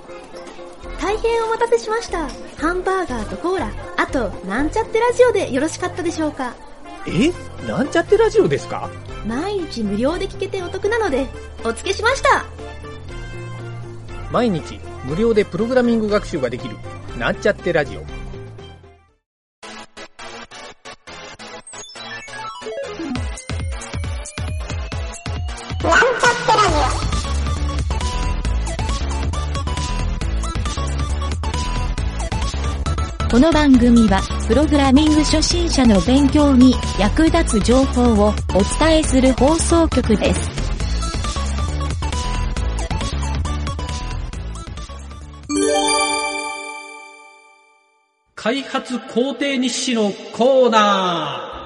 大変お待たせしました。ハンバーガーとコーラ、あとなんちゃってラジオでよろしかったでしょうか？ なんちゃってラジオですか？ 毎日無料で聞けてお得なのでお付けしました。 毎日無料でプログラミング学習ができるなんちゃってラジオ。 この番組はプログラミング初心者の勉強に役立つ情報をお伝えする放送局です。 開発工程日誌のコーナー。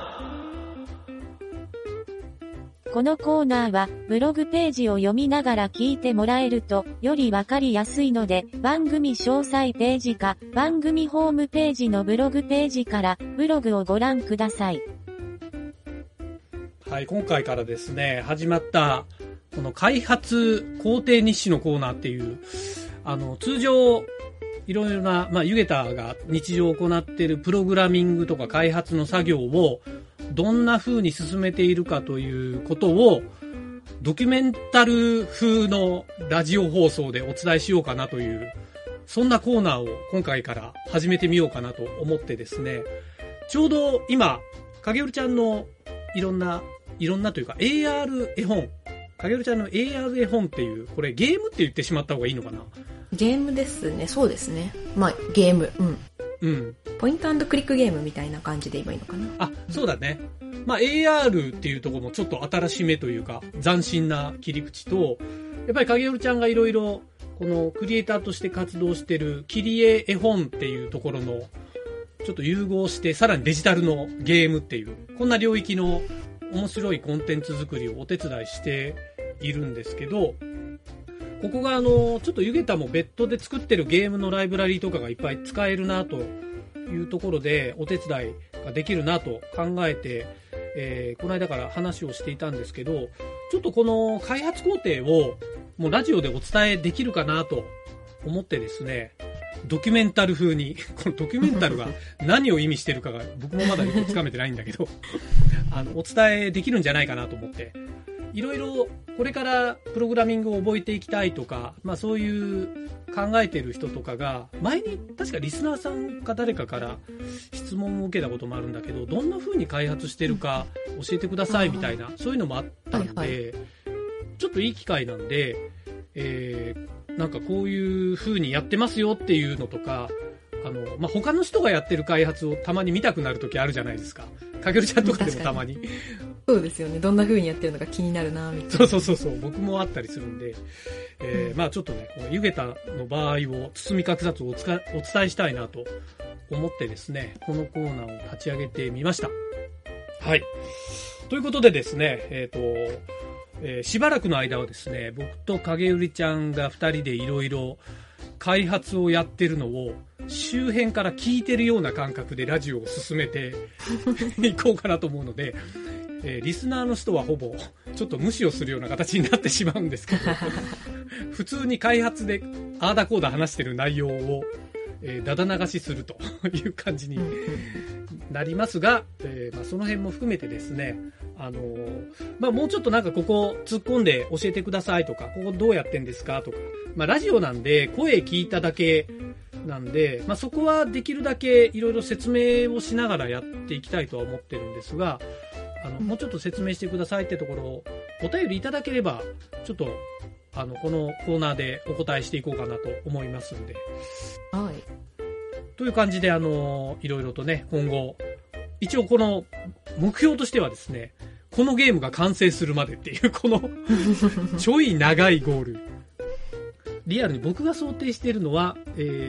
このコーナーはブログページを読みながら聞いてもらえるとよりわかりやすいので、番組詳細ページか番組ホームページのブログページからブログをご覧ください。 はい、今回からですね、始まったこの開発工程日誌のコーナーっていう、通常いろいろな、ユゲタが日常行っているプログラミングとか開発の作業をどんな風に進めているかということをドキュメンタル風のラジオ放送でお伝えしようかなという、そんなコーナーを今回から始めてみようかなと思ってですね、ちょうど今影織ちゃんのいろんなというか AR 絵本、影織ちゃんの AR 絵本っていう、これゲームって言ってしまった方がいいのかな？ ゲームですね。そうですね。ゲーム。ポイント&クリックゲームみたいな感じで言えばいいのかな。 あ、そうだね。AR っていうところもちょっと新しめというか斬新な切り口と、やっぱり影織ちゃんがいろいろこのクリエイターとして活動してる切り絵絵本っていうところのちょっと融合して、さらにデジタルのゲームっていう、こんな領域の面白いコンテンツ作りをお手伝いしているんですけど、ここがちょっとユゲタも別途で作ってるゲームのライブラリーとかがいっぱい使えるなというところでお手伝いができるなと考えて、この間から話をしていたんですけど、ちょっとこの開発工程をもうラジオでお伝えできるかなと思ってですね、ドキュメンタル風に、このドキュメンタルが何を意味してるかが僕もまだよくつかめてないんだけどお伝えできるんじゃないかなと思って、いろいろこれからプログラミングを覚えていきたいとか、そういう考えている人とかが、前に確かリスナーさんか誰かから質問を受けたこともあるんだけど、どんな風に開発してるか教えてくださいみたいな、そういうのもあったんで、ちょっといい機会なんで、なんかこういう風にやってますよっていうのとか、他の人がやってる開発をたまに見たくなるときあるじゃないですか。かげるちゃんとかでもたまに。 そうですよね。どんな風にやってるのか気になるなみたいな。 そう。僕もあったりするんで、ちょっとね、このユゲタの場合を包み隠さずお伝えしたいなと思ってですね、このコーナーを立ち上げてみました。はい。ということでですね、しばらくの間はですね、僕と影織ちゃんが2人でいろいろ開発をやってるのを周辺から聞いてるような感覚でラジオを進めていこうかなと思うので、リスナーの人はほぼちょっと無視をするような形になってしまうんですけど普通に開発であーだこーだ話してる内容を、だだ流しするという感じになりますが、その辺も含めてですね、もうちょっとなんかここ突っ込んで教えてくださいとか、ここどうやってんですかとか、ラジオなんで声聞いただけなんで、そこはできるだけいろいろ説明をしながらやっていきたいとは思ってるんですが、もうちょっと説明してくださいってところをお便りいただければ、ちょっとこのコーナーでお答えしていこうかなと思いますんで、 はい。 という感じでいろいろとね、今後一応この目標としてはですね、このゲームが完成するまでっていうこのちょい長いゴール、リアルに僕が想定しているのは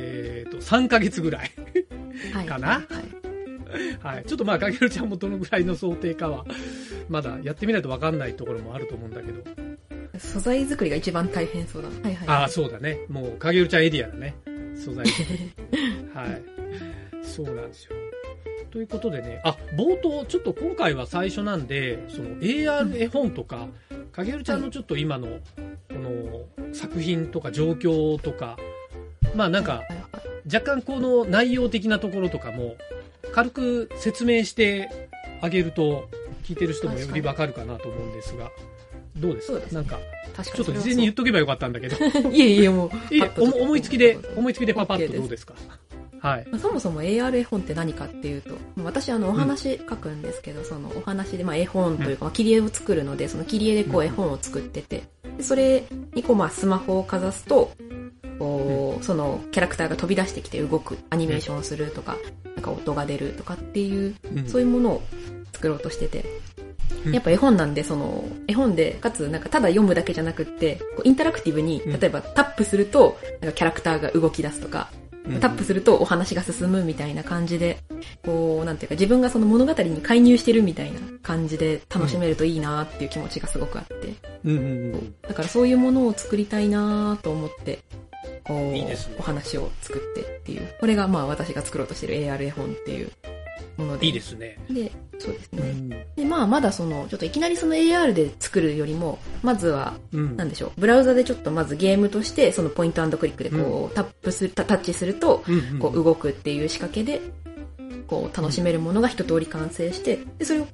3ヶ月ぐらいかな。はい。ちょっとかげるちゃんもどのぐらいの想定かはまだやってみないと分かんないところもあると思うんだけど、 素材作りが一番大変そうだ。 ああ、そうだね。もうかげるちゃんエリアだね、素材作りはい、そうなんですよ。ということでね、冒頭ちょっと今回は最初なんで、その AR 絵本とか、かげるちゃんのちょっと今のこの作品とか状況とか、 まあなんか、若干この内容的なところとかも、軽く説明してあげると、聞いてる人もよりわかるかなと思うんですが、どうですか？なんか、ちょっと事前に言っとけばよかったんだけど。 いえいえ、もう。 思いつきでパパッとどうですか？はい。 そもそも AR 絵本って何かっていうと、私お話書くんですけど、そのお話で絵本というか、切り絵を作るので、その切り絵で絵本を作ってて、でそれにスマホをかざすと、そのキャラクターが飛び出してきて動く、アニメーションをするとか、なんか音が出るとかっていう、そういうものを作ろうとしてて、やっぱ絵本なんで、絵本で、かつただ読むだけじゃなくって、インタラクティブに、例えばタップすると、キャラクターが動き出すとか、タップするとお話が進むみたいな感じで、なんていうか自分がその物語に介入してるみたいな感じで楽しめるといいなっていう気持ちがすごくあって。だからそういうものを作りたいなと思って、 いいですね、 お話を作ってっていう。これが私が作ろうとしてる AR 絵本っていうもので。 いいですね。 で、そうですね。で、まだちょっといきなりその AR で作るよりも、まずは、なんでしょう、ブラウザでちょっとまずゲームとして、そのポイント&クリックでタッチすると、動くっていう仕掛けで、楽しめるものが一通り完成して、で、それを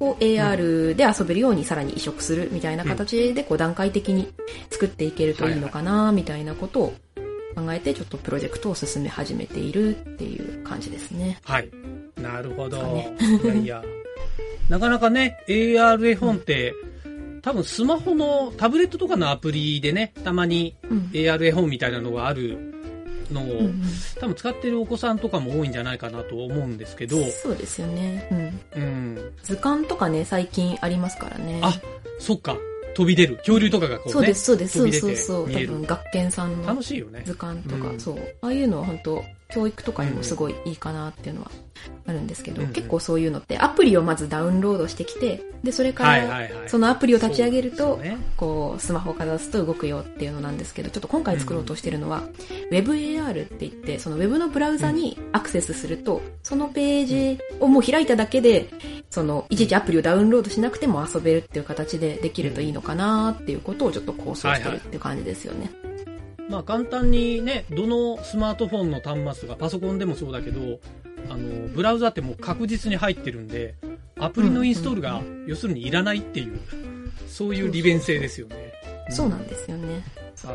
AR で遊べるようにさらに移植するみたいな形で、段階的に作っていけるといいのかな、みたいなことを考えて、ちょっとプロジェクトを進め始めているっていう感じですね。 はい。なるほど。いや、なかなかね、AR 絵本って、多分スマホのタブレットとかのアプリでね、たまに AR 絵本みたいなのがあるのを、多分使ってるお子さんとかも多いんじゃないかなと思うんですけど。 そうですよね。図鑑とかね、最近ありますからね。 あ、そっか。飛び出る。恐竜とかがそうです、そうです。 飛び出て見える。 多分学研さんの楽しいよね。 図鑑とか、そう。ああいうのは本当教育とかにもすごいいいかなっていうのはあるんですけど、結構そういうのってアプリをまずダウンロードしてきて、で、それからそのアプリを立ち上げると、スマホをかざすと動くよっていうのなんですけど、ちょっと今回作ろうとしてるのは、WebAR って言って、その Web のブラウザにアクセスすると、そのページをもう開いただけで、いちいちアプリをダウンロードしなくても遊べるっていう形でできるといいのかなっていうことをちょっと構想してるっていう感じですよね。 簡単にね、どのスマートフォンの端末がパソコンでもそうだけど、ブラウザってもう確実に入ってるんで、アプリのインストールが要するにいらないっていう、そういう利便性ですよね。 そうなんですよね。 はい。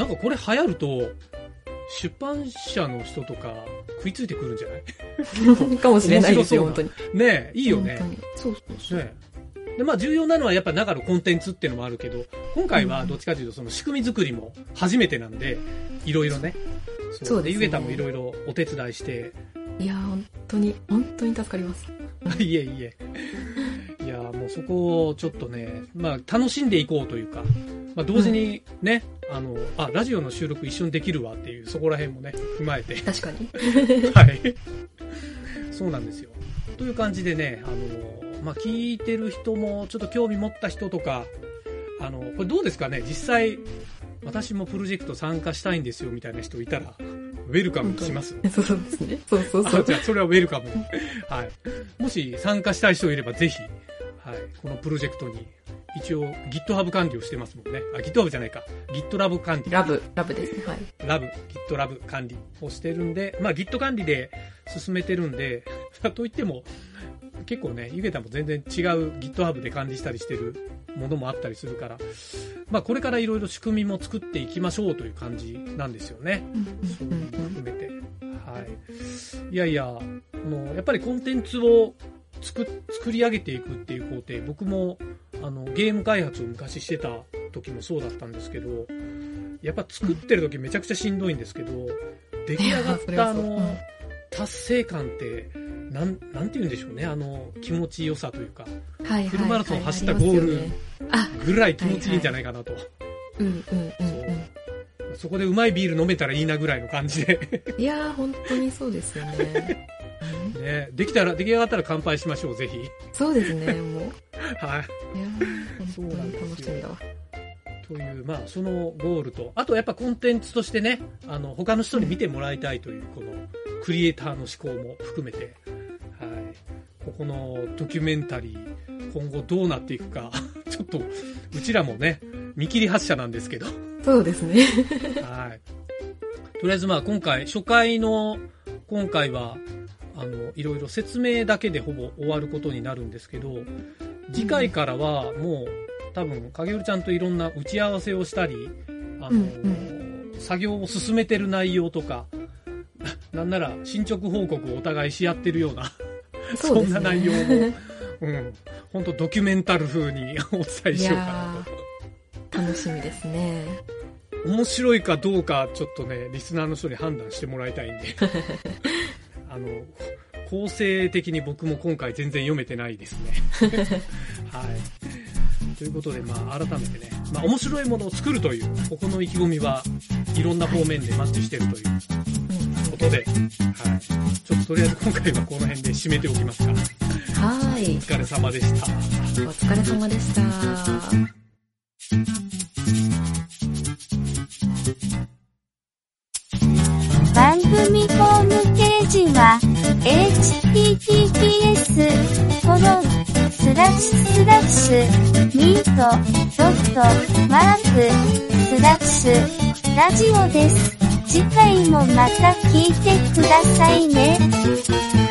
なんかこれ流行ると、出版社の人とか食いついてくるんじゃないかもしれないですよ、本当に。 ねえ、いいよね。 そうそう。 ねで、重要なのはやっぱ中のコンテンツっていうのもあるけど、今回はどっちかというとその仕組み作りも初めてなんで、いろいろね。そうですね。ゆげたもいろいろお手伝いして。 いや本当に助かります。 いえいえ。いやもうそこをちょっとね、楽しんでいこうというか、同時にね、ラジオの収録一緒にできるわっていう、そこら辺もね、踏まえて。 確かに。 はい。そうなんですよ。という感じでね、聞いてる人もちょっと興味持った人とか、これどうですかね、実際、私もプロジェクト参加したいんですよみたいな人いたら、ウェルカムします。 そうですね。そう。 じゃあ、それはウェルカム。はい。もし参加したい人いればぜひ、はい、このプロジェクトに、一応 GitHub 管理をしてますもんね。GitHub じゃないか。GitLab 管理。 ラブですね。はい。 GitLab 管理をしてるんで、Git 管理で進めてるんで、といっても、結構ね、ゆげたも全然違う GitHub で管理したりしてるものもあったりするから、これからいろいろ仕組みも作っていきましょうという感じなんですよね。そういうのも含めて。はい。いや、やっぱりコンテンツを作り上げていくっていう工程、僕もゲーム開発を昔してた時もそうだったんですけど、やっぱ作ってる時めちゃくちゃしんどいんですけど、出来上がった達成感ってなんて言うんでしょうね、気持ちよさというか、フルマラソン走ったゴールぐらい気持ちいいんじゃないかなと。そこでうまいビール飲めたらいいなぐらいの感じで。 いやー、本当にそうですよね。 ね、出来上がったら乾杯しましょう、ぜひ。 そうですね、もう。 はい。 いやー、本当に楽しみだわ。 という、そのゴールと、あとやっぱコンテンツとしてね、他の人に見てもらいたいという、このクリエイターの思考も含めて、はい。ここのドキュメンタリー、今後どうなっていくか、ちょっと、うちらもね、見切り発車なんですけど。 そうですね。 はい。 とりあえずまあ今回、初回の今回は、いろいろ説明だけでほぼ終わることになるんですけど、次回からはもう多分影織ちゃんといろんな打ち合わせをしたり、作業を進めてる内容とか、なんなら進捗報告をお互いし合ってるような、そんな内容も、本当ドキュメンタル風にお伝えしようかなと。楽しみですね。 面白いかどうかちょっとね、リスナーの人に判断してもらいたいんで。構成的に僕も今回全然読めてないですね。はい。ということで、まあ、改めてね、まあ、面白いものを作るという、ここの意気込みはいろんな方面でマッチしてるということで、はい。ちょっととりあえず今回はこの辺で締めておきますか。 はい。 お疲れ様でした。 お疲れ様でした。 番組ホームページは https://meet.mark/ラジオです。次回もまた聞いてくださいね。